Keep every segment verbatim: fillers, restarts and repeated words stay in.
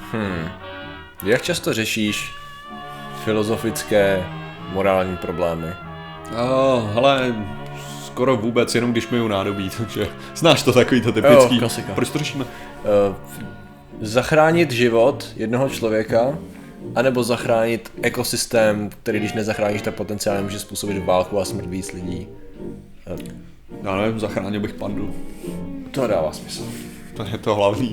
Hmm. Jak často řešíš filozofické, morální problémy? Oh, hele, skoro vůbec, jenom když myju nádobí, takže znáš to takový to typický. Jo, klasika. Proč to řešíme? Uh, zachránit život jednoho člověka, anebo zachránit ekosystém, který když nezachráníš, tak potenciálně může způsobit válku a smrt víc lidí. Uh, Já nevím, zachránil bych pandu. to dává smysl. To je to hlavní.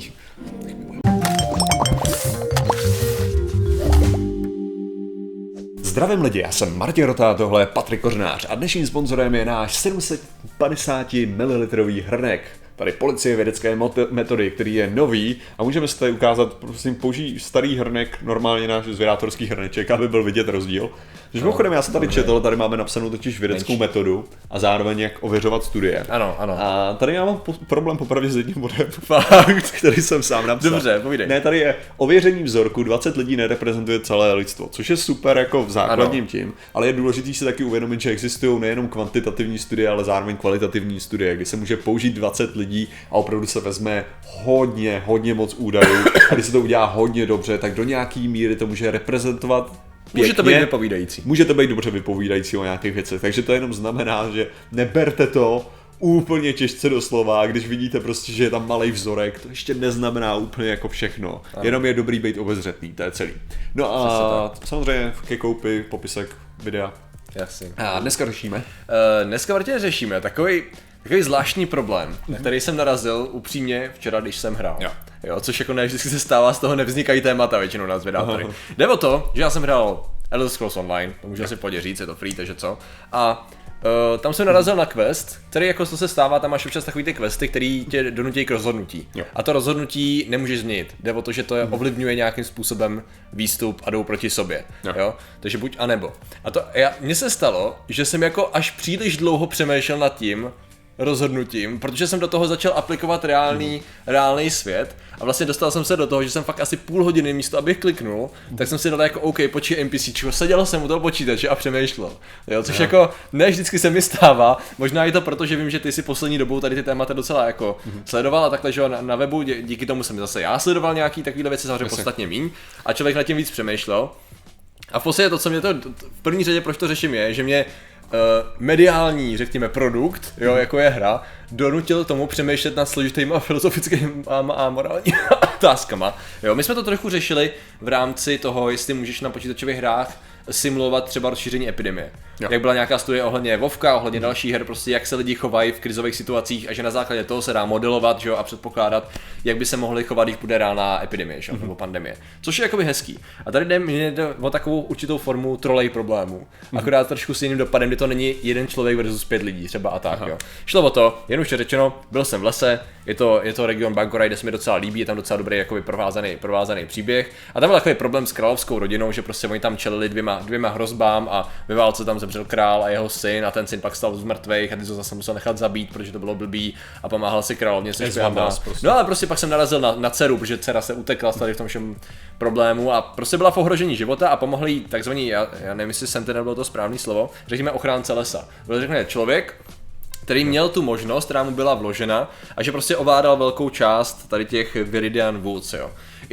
Zdravím lidi, já jsem Martin Rota, tohle je Patrik Kořenář a dnešním sponzorem je náš sedm set padesát mililitrů hrnek. Tady Policie vědecké metody, který je nový a můžeme si tady ukázat, prosím, použij starý hrnek, normálně náš zvědátorský hrneček, aby byl vidět rozdíl. Takže mimochodem, já jsem tady četl, tady máme napsanou totiž vědeckou Menší. metodu a zároveň jak ověřovat studie. Ano, ano. A tady já mám po- problém popravdě s jedním bodem, fakt, který jsem sám napsal. Dobře, povídej. Ne, tady je ověření vzorku, dvacet lidí nereprezentuje celé lidstvo, což je super jako v základním ano. tím, ale je důležité si taky uvědomit, že existují nejenom kvantitativní studie, ale zároveň kvalitativní studie, kdy se může použít dvacet lidí a opravdu se vezme hodně, hodně moc údajů a když se to udělá hodně dobře, tak do nějaký míry to může reprezentovat pěkně. Může to být vypovídající. Může to být dobře vypovídající o nějakých věcech, takže to jenom znamená, že neberte to úplně těžce doslova, když vidíte prostě, že je tam malej vzorek, to ještě neznamená úplně jako všechno, ano. jenom je dobrý být obezřetný, to je celý. No a samozřejmě ke koupi, popisek videa. Jasně. A dneska řešíme? Uh, dneska Martin řešíme takový Takový zvláštní problém, na který jsem narazil upřímně včera, když jsem hrál. Jo. Jo, což jako ne vždycky se stává, z toho nevznikají témata většinou na zvědátory. Jde o to, že já jsem hrál Elder Scrolls Online, to můžu asi podělit říct, je to free, takže co. A uh, tam jsem narazil na quest, který jako to se stává, tam máš občas takový ty questy, který tě donutí k rozhodnutí. Jo. A to rozhodnutí nemůžeš změnit. Jde o to, že to je, ovlivňuje nějakým způsobem výstup a jdou proti sobě. Jo. Jo? Takže buď a nebo. A to já, mně se stalo, že jsem jako až příliš dlouho přemýšlel nad tím, rozhodnutím, protože jsem do toho začal aplikovat reálný, mm. reálný svět a vlastně dostal jsem se do toho, že jsem fakt asi půl hodiny místo, abych kliknul, mm. tak jsem si dal jako OK, počkej NPCčko, seděl jsem u toho počítače a přemýšlel, jo, což no. jako ne vždycky se mi stává, možná je to proto, že vím, že ty si poslední dobou tady ty témata docela jako mm. sledoval a takhle, že na, na webu, dí, díky tomu jsem zase já sledoval nějaký takovýhle věci, samozřejmě podstatně míň a člověk nad tím víc přemýšlel a v podstatě to, co mě to, v první řadě proč to řeším je, že mě Uh, mediální, řekněme, produkt, jo, jako je hra, donutil tomu přemýšlet nad složitýma filozofickými a, a morálními otázkama. Jo, my jsme to trochu řešili v rámci toho, jestli můžeš na počítačových hrách simulovat třeba rozšíření epidemie. Jo. Jak byla nějaká studie ohledně Vovka, ohledně mm. dalších her, prostě jak se lidi chovají v krizových situacích a že na základě toho se dá modelovat, že jo, a předpokládat, jak by se mohli chovat, když bude reálná epidemie, že jo, mm. nebo pandemie. Což je jakoby hezký. A tady jde, jde o takovou určitou formu trolej problémů. Mm. Akorát trošku s jiným dopadem, kdy to není jeden člověk versus pět lidí, třeba a tak, Aha. jo. Šlo o to, jen už řečeno, byl jsem v lese, je to, je to region Bangoraj, kde se mi docela líbí, je tam docela dobrý jakoby provázaný, provázaný příběh. A tam byl takový problém s královskou rodinou, že prostě oni tam čelili dvěma, dvěma hrozbám a ve válce tam zemřel král a jeho syn a ten syn pak stal z mrtvejch a ty to zase musel nechat zabít, protože to bylo blbý a pomáhal si královně se špětná. No ale prostě pak jsem narazil na, na dceru, protože dcera se utekla tady v tom všem problému a prostě byla v ohrožení života a pomohl jí takzvaný, já, já nevím, jestli sentinel bylo to správný slovo, řekněme ochránce lesa. Byl řekněme člověk, který měl tu možnost, která mu byla vložena a že prostě ovládal velkou část tady těch Viridian Woods, jo.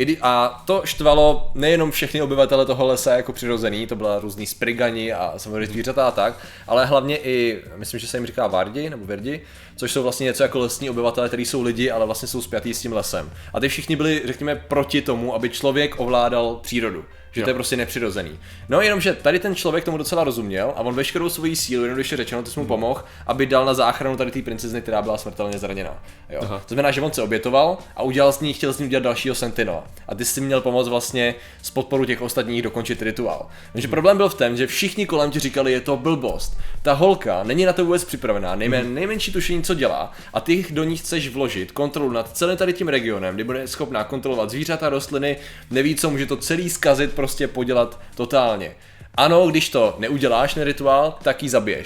A to štvalo nejenom všechny obyvatele toho lesa jako přirozený, to byla různý sprigani a samozřejmě zvířata a tak, ale hlavně i, myslím, že se jim říká Vardi nebo Virdi, což jsou vlastně něco jako lesní obyvatele, kteří jsou lidi, ale vlastně jsou spjatý s tím lesem. A ty všichni byli, řekněme, proti tomu, aby člověk ovládal přírodu. Že jo. To je prostě nepřirozený. No jenom, že tady ten člověk tomu docela rozuměl a on veškerou svoji sílu, jenom když je řečeno, to mu pomohl, aby dal na záchranu tady té princezny, která byla smrtelně zraněná. Jo. To znamená, že on se obětoval a udělal z ní, chtěl s ní udělat dalšího sentinela. A ty si měl pomoct vlastně s podporou těch ostatních dokončit rituál. Takže problém byl v tom, že všichni kolem ti říkali, je to blbost. Ta holka není na to vůbec připravená, nejmen, nejmenší tušení, co dělá, a ty do ní chceš vložit kontrolu nad celým tady tím regionem, kdy bude schopná kontrolovat zvířata, rostliny, neví, co může to celý zkazit, prostě podělat totálně. Ano, když to neuděláš, ten rituál, tak ji zabiješ.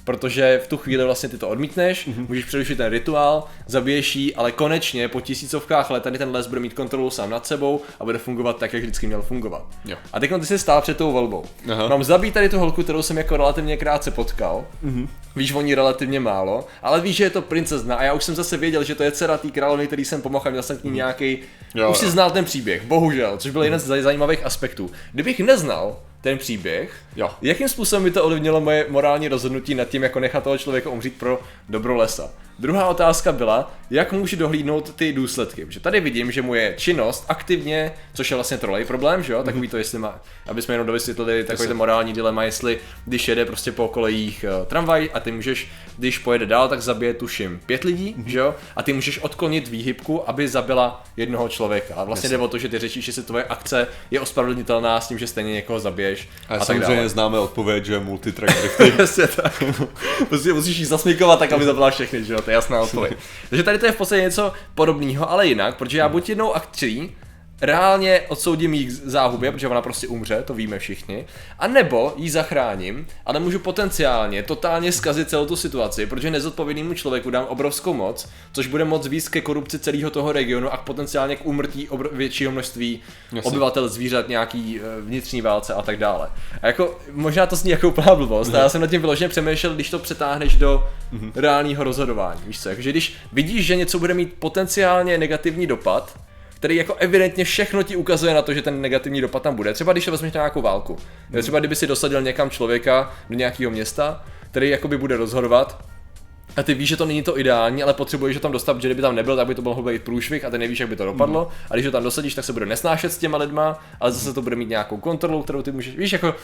protože v tu chvíli vlastně ty to odmítneš, mm-hmm. můžeš přerušit ten rituál, zabiješ jí, ale konečně po tisícovkách let tady ten les bude mít kontrolu sám nad sebou a bude fungovat tak, jak vždycky měl fungovat. Jo. A teď ty jsi stál před tou volbou. Aha. Mám zabít tady tu holku, kterou jsem jako relativně krátce potkal. Mm-hmm. Víš o ní relativně málo, ale víš, že je to princezna a já už jsem zase věděl, že to je dcera té královny, který jsem pomohl a měl jsem k ní nějaký. Jo, už si znal ten příběh, bohužel, což byl jeden z zajímavých aspektů. Kdybych neznal ten příběh, jo. jakým způsobem by to ovlivnilo moje morální rozhodnutí nad tím, jako nechat toho člověka umřít pro dobro lesa. Druhá otázka byla, jak můžu dohlídnout ty důsledky, protože tady vidím, že moje činnost aktivně, což je vlastně trolej problém, že jo, takový to, jestli má, aby jsme jenom dovysvětlili takový ten morální dilema, jestli když jede prostě po kolejích uh, tramvaj a ty můžeš, když pojede dál, tak zabije tuším pět lidí, mm-hmm. že jo, a ty můžeš odklonit výhybku, aby zabila jednoho člověka. A vlastně jde o to, že ty řečíš, že tvoje akce je ospravedlnitelná s tím, že stejně někoho zabiješ. A, a samozřejmě tak dále. Známe odpověď, že multitrack drifting. Jasně tak. Prostě musíš jí zasmíkovat tak, aby zabila všechny, že jo. To je jasná odpověď. Takže tady to je v podstatě něco podobného, ale jinak, protože já buď jednou akcí reálně odsoudím jí k záhubě, protože ona prostě umře, to víme všichni, a nebo jí zachráním, ale můžu potenciálně totálně zkazit celou tu situaci, protože nezodpovědnému člověku dám obrovskou moc, což bude moc víc ke korupci celého toho regionu a potenciálně k úmrtí obr- většího množství Jasně. obyvatel, zvířat, nějaký vnitřní válce a tak dále. A jako možná to zní jako úplná blbost, ale já jsem nad tím vyloženě přemýšlel, když to přetáhneš do mm-hmm. reálného rozhodování, víš co, takže když vidíš, že něco bude mít potenciálně negativní dopad, který jako evidentně všechno ti ukazuje na to, že ten negativní dopad tam bude. Třeba když se vezmeš na nějakou válku. Hmm. Třeba kdyby si dosadil někam člověka do nějakého města, který jakoby bude rozhodovat, a ty víš, že to není to ideální, ale potřebuješ ho tam dostat, že kdyby tam nebyl, tak by to mohl být průšvih a ty nevíš, jak by to dopadlo. Hmm. A když ho tam dosadíš, tak se bude nesnášet s těma lidma, ale zase to bude mít nějakou kontrolu, kterou ty můžeš, víš, jako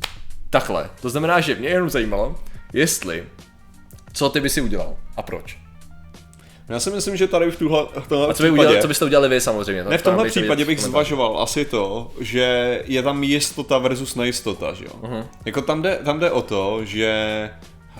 takhle. To znamená, že mě jenom zajímalo, jestli, co ty by si udělal a proč. Já si myslím, že tady v tuhle, v tomhle a co, by případě, udělali, co byste udělali vy samozřejmě? Ne, v tomhle případě bych zvažoval asi to, že je tam jistota versus nejistota, že jo. Uh-huh. Jako tam jde, tam jde o to, že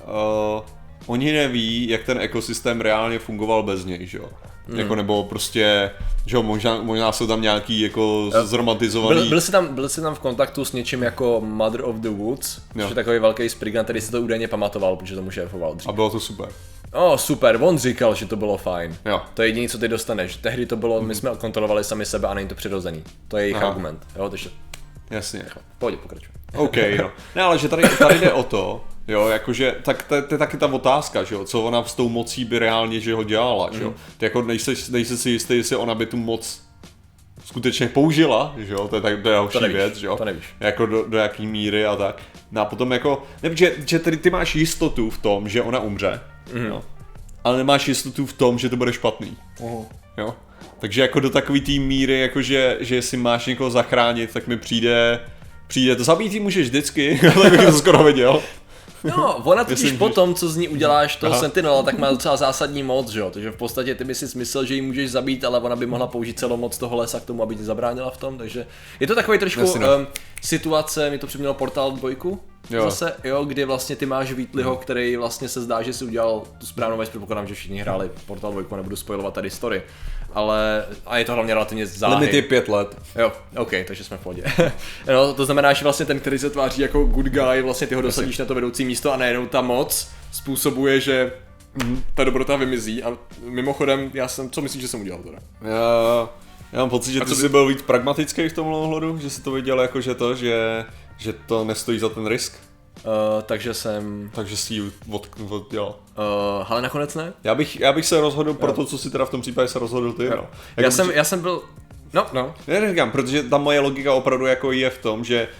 uh, oni neví, jak ten ekosystém reálně fungoval bez něj, že jo. Hmm. Jako nebo prostě, že jo, možná, možná jsou tam nějaký jako zromatizovaný... Byl, byl, jsi tam, byl jsi tam v kontaktu s něčím jako Mother of the Woods, což je takový velký sprigant, který si to údajně pamatoval, protože tomu šéfoval dřív. A bylo to super. Oh, super, on říkal, že to bylo fajn. Jo. To je jediné, co ty dostaneš. Tehdy to bylo, mm. my jsme kontrolovali sami sebe a není to přirozený. To je jejich Aha. argument, jo, takže... Jasně. Pohodě, pokračuj. OK, no. Ne, ale že tady, tady jde o to, jo, jakože, tak to, to je taky ta otázka, že jo, co ona s tou mocí by reálně, že ho dělala, že jo. Mm. Ty jako nejsi, nejsi si jistý, jestli ona by tu moc skutečně použila, že jo, to je tak další věc, že jo. To nevíš. Jako do, do jaký míry a tak. No a potom jako, ne, že, že tedy ty máš jistotu v tom, že ona umře, mm. jo. Ale nemáš jistotu v tom, že to bude špatný. Uh. Jo? Takže jako do takový té míry, jakože, že jestli máš někoho zachránit, tak mi přijde, přijde to zabít jí můžeš vždycky, tak bych to skoro viděl. No, ona totiž po tom, co z ní uděláš toho Aha. Sentinela, tak má docela zásadní moc, že jo? Takže v podstatě ty by si smysl, že ji můžeš zabít, ale ona by mohla použít celou moc toho lesa k tomu, aby ti zabránila v tom, takže je to takový trošku um, situace, mi to připomnělo Portal dva, jo. Zase, jo, kdy vlastně ty máš Wheatleyho, hmm. který vlastně se zdá, že si udělal tu správnou věc, předpokládám, že všichni hráli Portal dva, nebudu spoilovat tady story, ale a je to hlavně relativně záhy. Limit je pět let. Jo, ok, takže jsme v pohodě. No, to znamená, že vlastně ten, který se tváří jako good guy, vlastně ty ho dosadíš na to vedoucí místo a najednou ta moc způsobuje, že mm, ta dobrota vymizí a mimochodem, já jsem, co myslíš, že jsem udělal teda? Já, já mám pocit, že ty jsi byl víc pragmatický v tomhle ohledu, že jsi to viděl jako, že to, že, že to nestojí za ten risk. Uh, takže jsem... Takže si ji od, oddělal. Uh, ale nakonec ne? Já bych, já bych se rozhodl pro to, co si teda v tom případě se rozhodl ty, no. Jako já, jsem, já jsem byl... No, no. Já neříkám, protože ta moje logika opravdu jako je v tom, že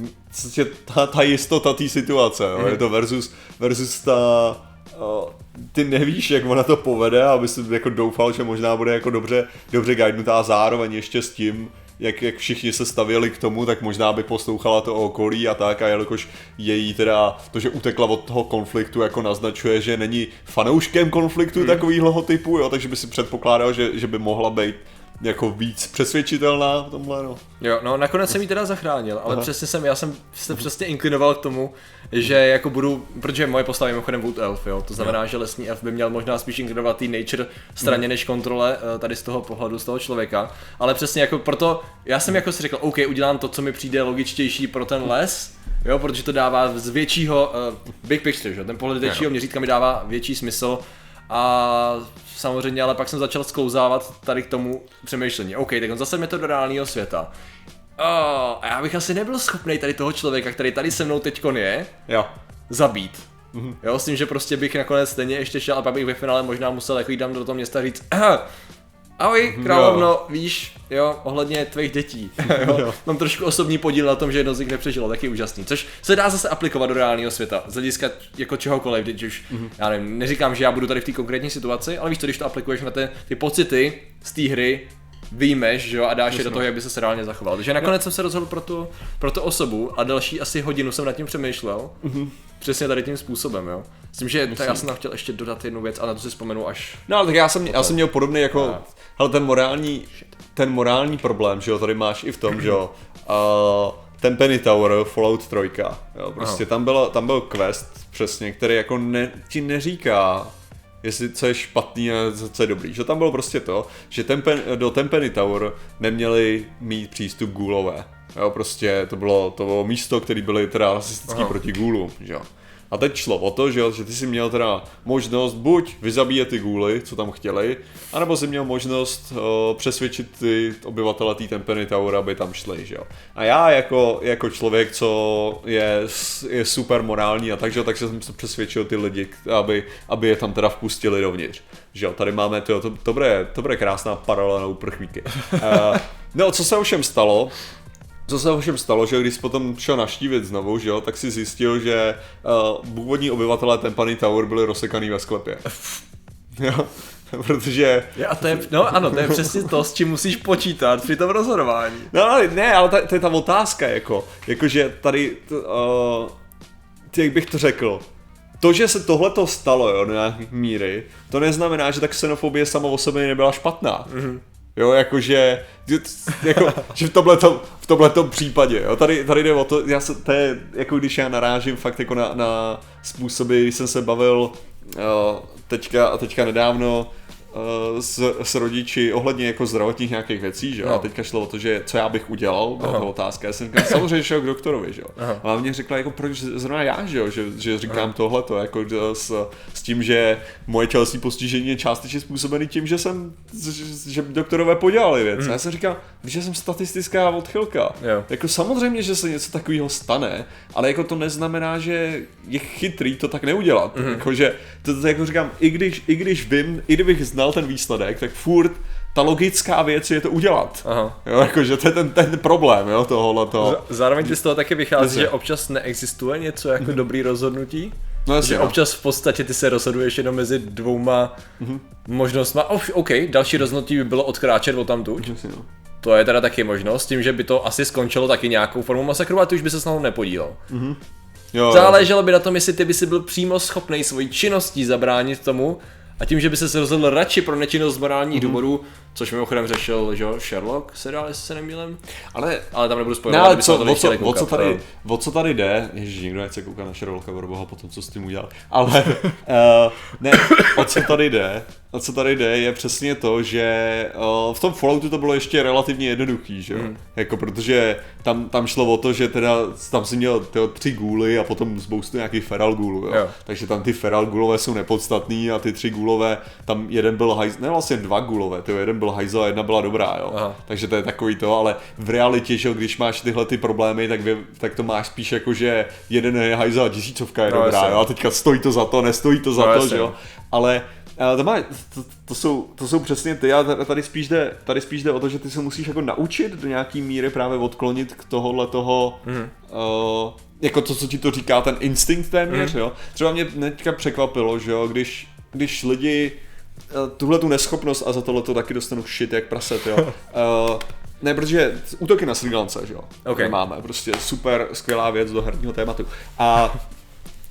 ta, ta jistota té situace, mm. je to versus, versus ta... O, ty nevíš, jak ona to povede, aby si jako doufal, že možná bude jako dobře, dobře guidenutá, zároveň ještě s tím, jak, jak všichni se stavěli k tomu, tak možná by poslouchala to okolí a tak, a jelikož její teda, to, že utekla od toho konfliktu, jako naznačuje, že není fanouškem konfliktu mm. takovýhleho typu, jo, takže by si předpokládal, že, že by mohla být jako víc přesvědčitelná v tomhle, no. Jo, no nakonec jsem ji teda zachránil, ale Aha. přesně jsem, já jsem se přesně inklinoval k tomu, že jako budu, protože moje postava je mimochodem Wood Elf, jo, to znamená, že lesní elf by měl možná spíš inklinovat té nature straně mm. než kontrole tady z toho pohledu, z toho člověka, ale přesně jako proto, já jsem jako si řekl, OK, udělám to, co mi přijde logičtější pro ten les, jo, protože to dává z většího, uh, big picture, že? Ten pohled většího měřítka mi dává větší smysl a samozřejmě, ale pak jsem začal sklouzávat tady k tomu přemýšlení. OK, tak zase mi to do reálného světa. Oh, a já bych asi nebyl schopný tady toho člověka, který tady se mnou teďkon je, jo. zabít. Mm-hmm. Jo, s tím, že prostě bych nakonec stejně ještě šel a pak bych ve finále možná musel jako jít tam do toho města říct ahoj, královno, jo. víš, jo, ohledně tvých dětí, jo, jo. Mám trošku osobní podíl na tom, že jedno z nich nepřežilo, taky úžasný, což se dá zase aplikovat do reálného světa, z hlediska jako čehokoliv, když už, mm-hmm. já nevím, neříkám, že já budu tady v té konkrétní situaci, ale víš to, když to aplikuješ na ty, ty pocity z té hry, vyjmeš, že jo, a dáš je do toho, jak by se reálně zachoval. Takže nakonec jsem se rozhodl pro tu, pro tu osobu a další asi hodinu jsem nad tím přemýšlel. Mm-hmm. Přesně tady tím způsobem, jo. Myslím, že já jsem tam chtěl ještě dodat jednu věc, ale na to si vzpomenu až... No ale tak já jsem, já jsem měl podobný jako, a... hele, ten morální, ten morální problém, že jo, tady máš i v tom, že jo, uh, ten Penny Tower, Fallout tři, jo, prostě tam, bylo, tam byl quest přesně, který jako ne, ti neříká, jestli co je špatný a co je dobrý. Že tam bylo prostě to, že Tempen, do Penny Tower neměli mít přístup ghoulové. Jo, prostě to bylo, to bylo místo, které byly teda rasistický proti ghoulům, že jo. A teď šlo o to, že, jo, že ty si měl teda možnost buď vyzabíjet ty ghouly, co tam chtěli, anebo si měl možnost uh, přesvědčit ty obyvatele té Penny Tower, aby tam šli, že jo. A já jako, jako člověk, co je, je super morální a takže, takže jsem se přesvědčil ty lidi, aby, aby je tam teda vpustili dovnitř. Že jo, tady máme tyjo, to, to, bude, to bude krásná paralela na uprchlíky. Uh, no, co se ovšem stalo, Co se ovšem stalo, že když jsi potom šel navštívit znovu, že jo, tak si zjistil, že uh, původní obyvatelé Penny Tower byli rozsekaný ve sklepě. Jo, protože... Ja, to je, no ano, to je přesně to, s čím musíš počítat při tom rozhodování. No ale ne, ale ta, to je ta otázka, jako, jakože tady, uh, jak bych to řekl, to, že se tohleto stalo, jo, do nějaké míry, to neznamená, že ta xenofobie sama o sobě nebyla špatná. Mm-hmm. Jo, jakože, jako, že v tomhletom, v tomhletom případě, jo, tady, tady jde o to, já se, to je, jako když já narážím fakt jako na, na způsoby, když jsem se bavil uh, teďka a teďka nedávno uh, s, s rodiči ohledně jako zdravotních nějakých věcí, že jo, no. A teďka šlo o to, že co já bych udělal, byla ta otázka, já jsem říkal, samozřejmě šel k doktorovi, že jo, Aha. A mě řekla, jako proč zrovna já, že jo, že, že říkám Aha. tohleto, jako s, s tím, že moje tělesné postižení je částečně způsobený tím, že jsem, že doktorové podělali věc. Mm. A já jsem říkal, že jsem statistická odchylka. Jo. Jako samozřejmě, že se něco takového stane, ale jako to neznamená, že je chytrý to tak neudělat. Mm. Jako, že to, to jako říkám, i když, i když vím, i kdybych znal ten výsledek, tak furt ta logická věc je to udělat. Aha. Jo, jakože to je ten, ten problém, jo, tohoto. Zároveň ty z toho taky vychází, že občas neexistuje něco jako dobrý rozhodnutí. No jasně, že no. Občas v podstatě ty se rozhoduješ jenom mezi dvouma mm-hmm. možnostma. Oh, OK, další rozhodnutí by bylo odkráčet odtamtud. Jasně, no. To je teda taky možnost, tím, že by to asi skončilo taky nějakou formou masakru, a ty už by se s náhodou nepodílel. Mm-hmm. Jo, záleželo by na tom, jestli ty by si byl přímo schopnej svojí činností zabránit tomu, a tím, že by se rozhodl radši pro nečinnost z morálních mm-hmm. důvodů, což mimochodem řešil, že Sherlock seriál, jestli se nemýlím. Ale, ale tam nebudu spojovat, no, co, o, co, o, co tady, o co tady jde, ježiš, nikdo nechce koukat na Sherlocka Borboha po tom, co s tím udělal, ale uh, ne, o co tady jde, o co tady jde je přesně to, že uh, v tom Falloutu to bylo ještě relativně jednoduchý, že mm. jako protože tam, tam šlo o to, že teda tam si měl tyho, tři gůly a potom spoustu nějakých feral gůlů, jo? Jo. Takže tam ty feral gůlové jsou nepodstatný a ty tři gůlové, tam jeden byl hajzl, ne vlastně dva gůlové, tyjo, jeden byl hajzl a jedna byla dobrá, jo. Aha. Takže to je takový to, ale v realitě, že když máš tyhle ty problémy, tak, vy, tak to máš spíš jako, že jeden je hajzl a tisícovka je no, dobrá, jasně. Jo, a teďka stojí to za to, nestojí to za no, to, jasně. Že jo, ale to, má, to, to, jsou, to jsou přesně ty, a tady spíš, jde, tady spíš jde o to, že ty se musíš jako naučit do nějaký míry právě odklonit k tohohle toho, mm. uh, jako to, co ti to říká, ten instinkt téměř, mm. jo. Třeba mě teďka překvapilo, že jo, když, když lidi uh, tuhle tu neschopnost a za tohle to taky dostanu shit jak praset, jo. Uh, ne, protože útoky na Sri Lance, že jo, okay. Máme, prostě super, skvělá věc do herního tématu. A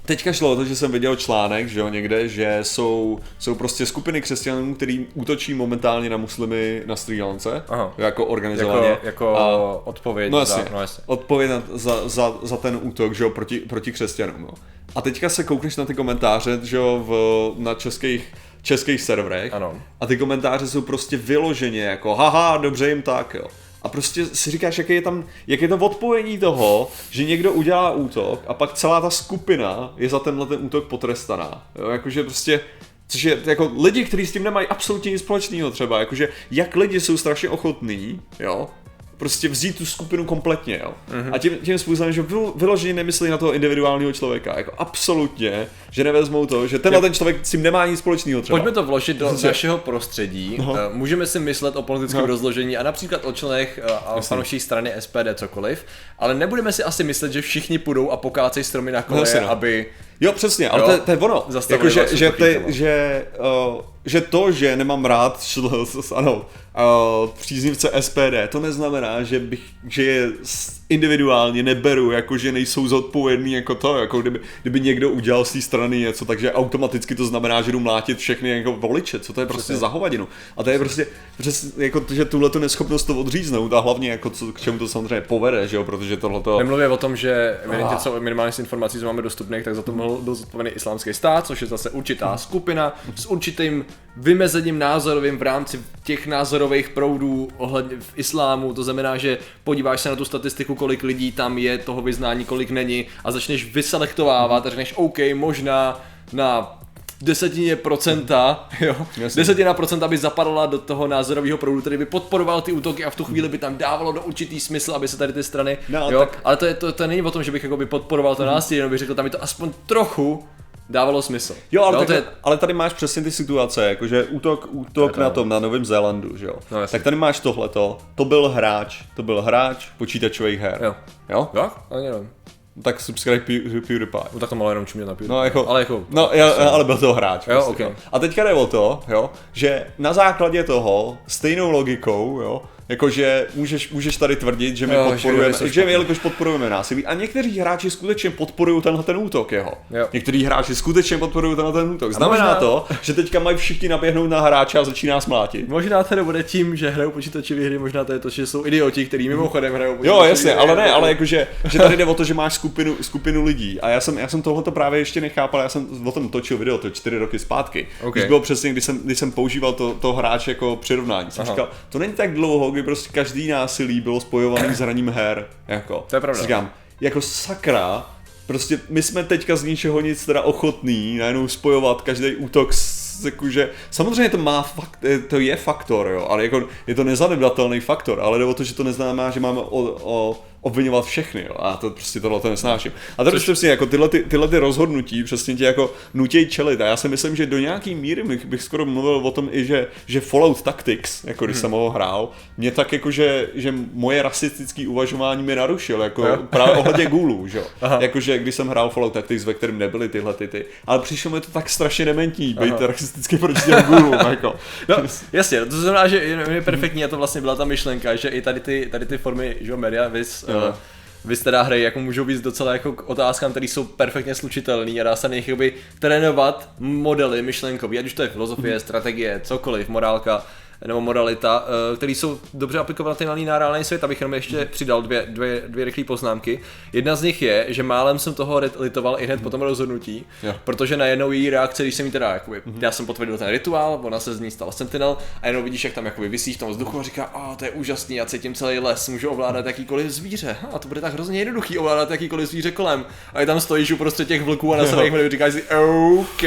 teďka šlo o to, že jsem viděl článek, že jo, někde, že jsou, jsou prostě skupiny křesťanů, který útočí momentálně na muslimy na Srí Lance, Aha. jako organizovaně. Jako, jako a, odpověď no jasně, za, no jasně. odpověď na, za, za, za ten útok, že jo, proti, proti křesťanům. No. A teďka se koukneš na ty komentáře, že jo, v, na českých českých serverech ano. A ty komentáře jsou prostě vyloženě jako haha, dobře jim tak, jo. A prostě si říkáš, jak je tam, jak je to odpojení toho, že někdo udělá útok a pak celá ta skupina je za tenhle ten útok potrestaná. Jo, jakože prostě, což je jako lidi, kteří s tím nemají absolutně nic společného třeba, jakože jak lidi jsou strašně ochotní, jo, prostě vzít tu skupinu kompletně, jo. Mm-hmm. A tím, tím způsobem, že vyloženě nemyslí na toho individuálního člověka, jako absolutně, že nevezmou to, že tenhle ten člověk s tím nemá nic společného třeba. Pojďme to vložit do našeho prostředí, no. Můžeme si myslet o politickém no. rozložení a například o členech a fanouších strany S P D cokoliv, ale nebudeme si asi myslet, že všichni půjdou a pokácejí stromy na koleje, no. aby... Jo, přesně, ale jo, to, to je ono, jako, že, že, ty, že, uh, že to, že nemám rád šl, ano, uh, příznivce S P D, to neznamená, že, bych, že je individuálně neberu, jako že nejsou zodpovědní jako to, jako kdyby, kdyby někdo udělal z té strany něco, takže automaticky to znamená, že jdu mlátit všechny jako voliče, co to je prostě přesně za hovadinu. A to je prostě, přesně, jako, že tuhletu neschopnost to odříznout a hlavně jako co, k čemu to samozřejmě povede, že jo, protože tohleto... Nemluvě o tom, že evidentně co minimálně z informací, co máme dostupných, tak za to mohl byl zodpovědný Islámský stát, což je zase určitá skupina s určitým vymezením názorovým v rámci těch názorových proudů ohledně v islámu, to znamená, že podíváš se na tu statistiku, kolik lidí tam je toho vyznání, kolik není a začneš vyselektovávat a řekneš OK, možná na desetině procenta, jo, Jasně. desetina procenta by zapadala do toho názorového proudu, který by podporoval ty útoky a v tu chvíli by tam dávalo do určitý smysl, aby se tady ty strany, no, jo, tak... ale to, je, to, to není o tom, že bych jakoby podporoval to násilí, jenom bych řekl, tam je to aspoň trochu dávalo smysl. Jo, ale, jo, tak, je... ale tady máš přesně ty situace, jakože útok, útok to na tom, na Novém Zélandu, že jo. No, tak tady máš tohleto, to byl hráč, to byl hráč počítačových her. Jo. Jo? Jo? Ani nevím. Tak subscribe PewDiePie. No tak to malo jenom čumět na PewDiePie. No, jako, ale jako... No, já, ale byl to hráč. Jo, prostě, okay. jo. A teďka jde o to, jo, že na základě toho, stejnou logikou, jo, jakože můžeš, můžeš tady tvrdit, že my jo, podporujeme, že, že my jelikož podporujeme násilí a někteří hráči skutečně podporují tenhle ten útok jeho. Jo. Někteří hráči skutečně podporují tenhle ten útok. Znamená možná... to, že teďka mají všichni naběhnout na hráče a začíná smlátit. Možná to nebude tím, že hrajou počítačové hry, možná to je to, že jsou idioti, kteří mimochodem hrajou počítačové hry. Jo, jasně, ale ne, ale jakože že tady jde o to, že máš skupinu, skupinu lidí a já jsem, já jsem tohleto právě ještě nechápal, já jsem o tom točil video, to čtyři roky zpátky. Okay. Když bylo přesně, když jsem, když jsem používal to, to hráč jako přirovnání. Jsem říkal, to není tak dlouho, kdy prostě každý násilí bylo spojovaný s hraním her, jako. To je pravda. Říkám, jako sakra, prostě my jsme teďka z ničeho nic teda ochotný najednou spojovat každý útok s, jakože, samozřejmě to má fakt, to je faktor, jo, ale jako je to nezanedbatelný faktor, ale jde o to, že to neznamená, že máme o, o obvinovat všechny, jo, a to prostě tohle to nesnáším. A to prostě si jako tyhle, ty, tyhle ty rozhodnutí přesně tě jako nutěj čelit a já si myslím, že do nějaký míry bych, bych skoro mluvil o tom i, že, že Fallout Tactics, jako když hmm. jsem ho hrál, mě tak jako, že, že moje rasistické uvažování mě narušil, jako jo. právě ohledně ghoulů, že jo. Jakože když jsem hrál Fallout Tactics, ve kterém nebyly tyhle ty ty, ale přišlo mi to tak strašně dementní, být rasisticky proti těm ghoulům, jako. No, jasně, to znamená, že je perfektní a to vlastně byla ta myšlenka, že i tady ty, tady ty formy, že jo, media, vis, uh, vis teda hry, jako můžou být docela jako k otázkám, které jsou perfektně slučitelné a dá se na nich jakoby trénovat modely myšlenkový, ať už to je filozofie, strategie, cokoliv, morálka nebo moralita, které jsou dobře aplikovatelné na reálný svět, abych jenom ještě přidal dvě, dvě, dvě rychlé poznámky. Jedna z nich je, že málem jsem toho litoval i hned po tom rozhodnutí, jo. protože najednou její reakce, když jsem jí teda, jakoby, mm-hmm. já jsem potvrdil ten rituál, ona se z ní stala Sentinel a jenom vidíš, jak tam jakoby visí v tom vzduchu a říká, a to je úžasný, já cítím celý les, můžu ovládat jakýkoliv zvíře, a to bude tak hrozně jednoduchý ovládat jakýkoliv zvíře kolem. A tam stojíš uprostřed těch vlků a na sebe jich říkáš si, OK,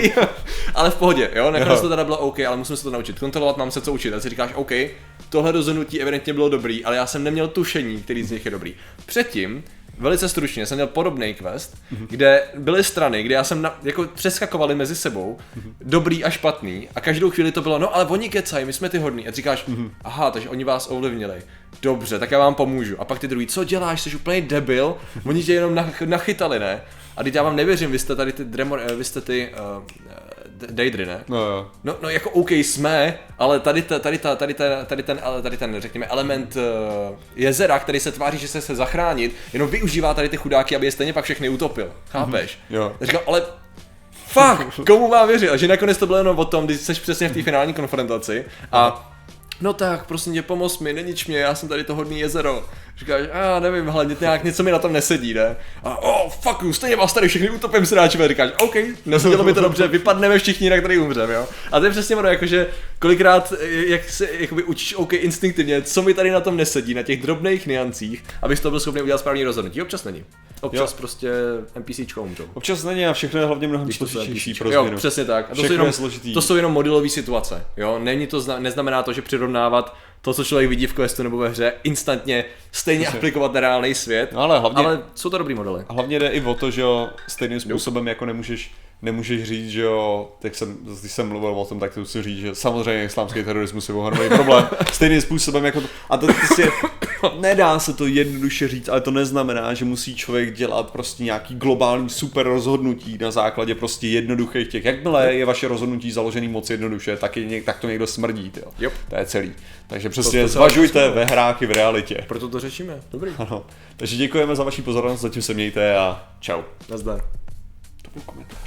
ale v pohodě, jo, nakonec to teda bylo OK, ale musím se to naučit kontrolovat, mám se co učit. A si říkáš, OK, tohle rozhodnutí evidentně bylo dobrý, ale já jsem neměl tušení, který z nich je dobrý. Předtím, velice stručně, jsem měl podobný quest, mm-hmm. kde byly strany, kde já jsem na, jako přeskakovali mezi sebou, mm-hmm. dobrý a špatný, a každou chvíli to bylo, no ale oni kecají, my jsme ty hodný. A říkáš, mm-hmm. aha, takže oni vás ovlivnili. Dobře, tak já vám pomůžu. A pak ty druhý, co děláš, jsi úplný debil, oni tě jenom nach, nachytali, ne? A teď já vám nevěřím, vy jste tady ty, dremor, vy jste ty uh, Deidre, ne? No jo. No, no jako OK jsme, ale tady, ta, tady, ta, tady, ta, tady, ten, tady ten, řekněme, element uh, jezera, který se tváří, že se chce zachránit, jenom využívá tady ty chudáky, aby je stejně pak všechny utopil. Chápeš? Mm-hmm. Jo. Říkal, ale fuck, komu mám věřit? A že nakonec to bylo jenom o tom, když jsi přesně v té finální konfrontaci a no tak, prosím tě, pomoz mi, nenič mě, já jsem tady to hodný jezero. Říkáš, a nevím, hlavně nějak něco mi na tom nesedí, ne? A oh, fuck you, stejně vás tady všechny utopím sráčové. Říkáš, OK, nesedělo mi to dobře, vypadneme všichni, jinak tady umřem, jo? A to je přesně ono, jakože kolikrát, jak se jakoby učíš OK instinktivně, co mi tady na tom nesedí, na těch drobných niancích, abys to byl schopný udělat správný rozhodnutí. Občas není. Občas jo. prostě NPCčko umřou. Občas není a všechno je hlavně mnohem složitější pro změnu. Jo, přesně tak. A to jsou, jenom, to jsou jenom modelové situace, jo? Není to, neznamená to, že přirovnávat to, co člověk vidí v questu nebo ve hře, instantně stejně Myslím. aplikovat na reálný svět, no ale, hlavně, ale jsou to dobrý modely. A hlavně jde i o to, že jo, stejným způsobem jako nemůžeš, nemůžeš říct, že jo, tak jsem, když jsem mluvil o tom, tak to chci říct, že samozřejmě islámský terorismus je ohromný problém, stejným způsobem jako to, a to prostě nedá se to jednoduše říct, ale to neznamená, že musí člověk dělat prostě nějaký globální super rozhodnutí na základě prostě jednoduchých těch, jakmile je vaše rozhodnutí založený moc jednoduše, tak, je, tak to někdo smrdí, jo. Yep. To je celý. Takže přesně to, to zvažujte ve hrách i v realitě. Proto to řešíme. Dobrý. Ano. Takže děkujeme za vaši pozornost, zatím se mějte a čau. Nazdar. To byl komentář.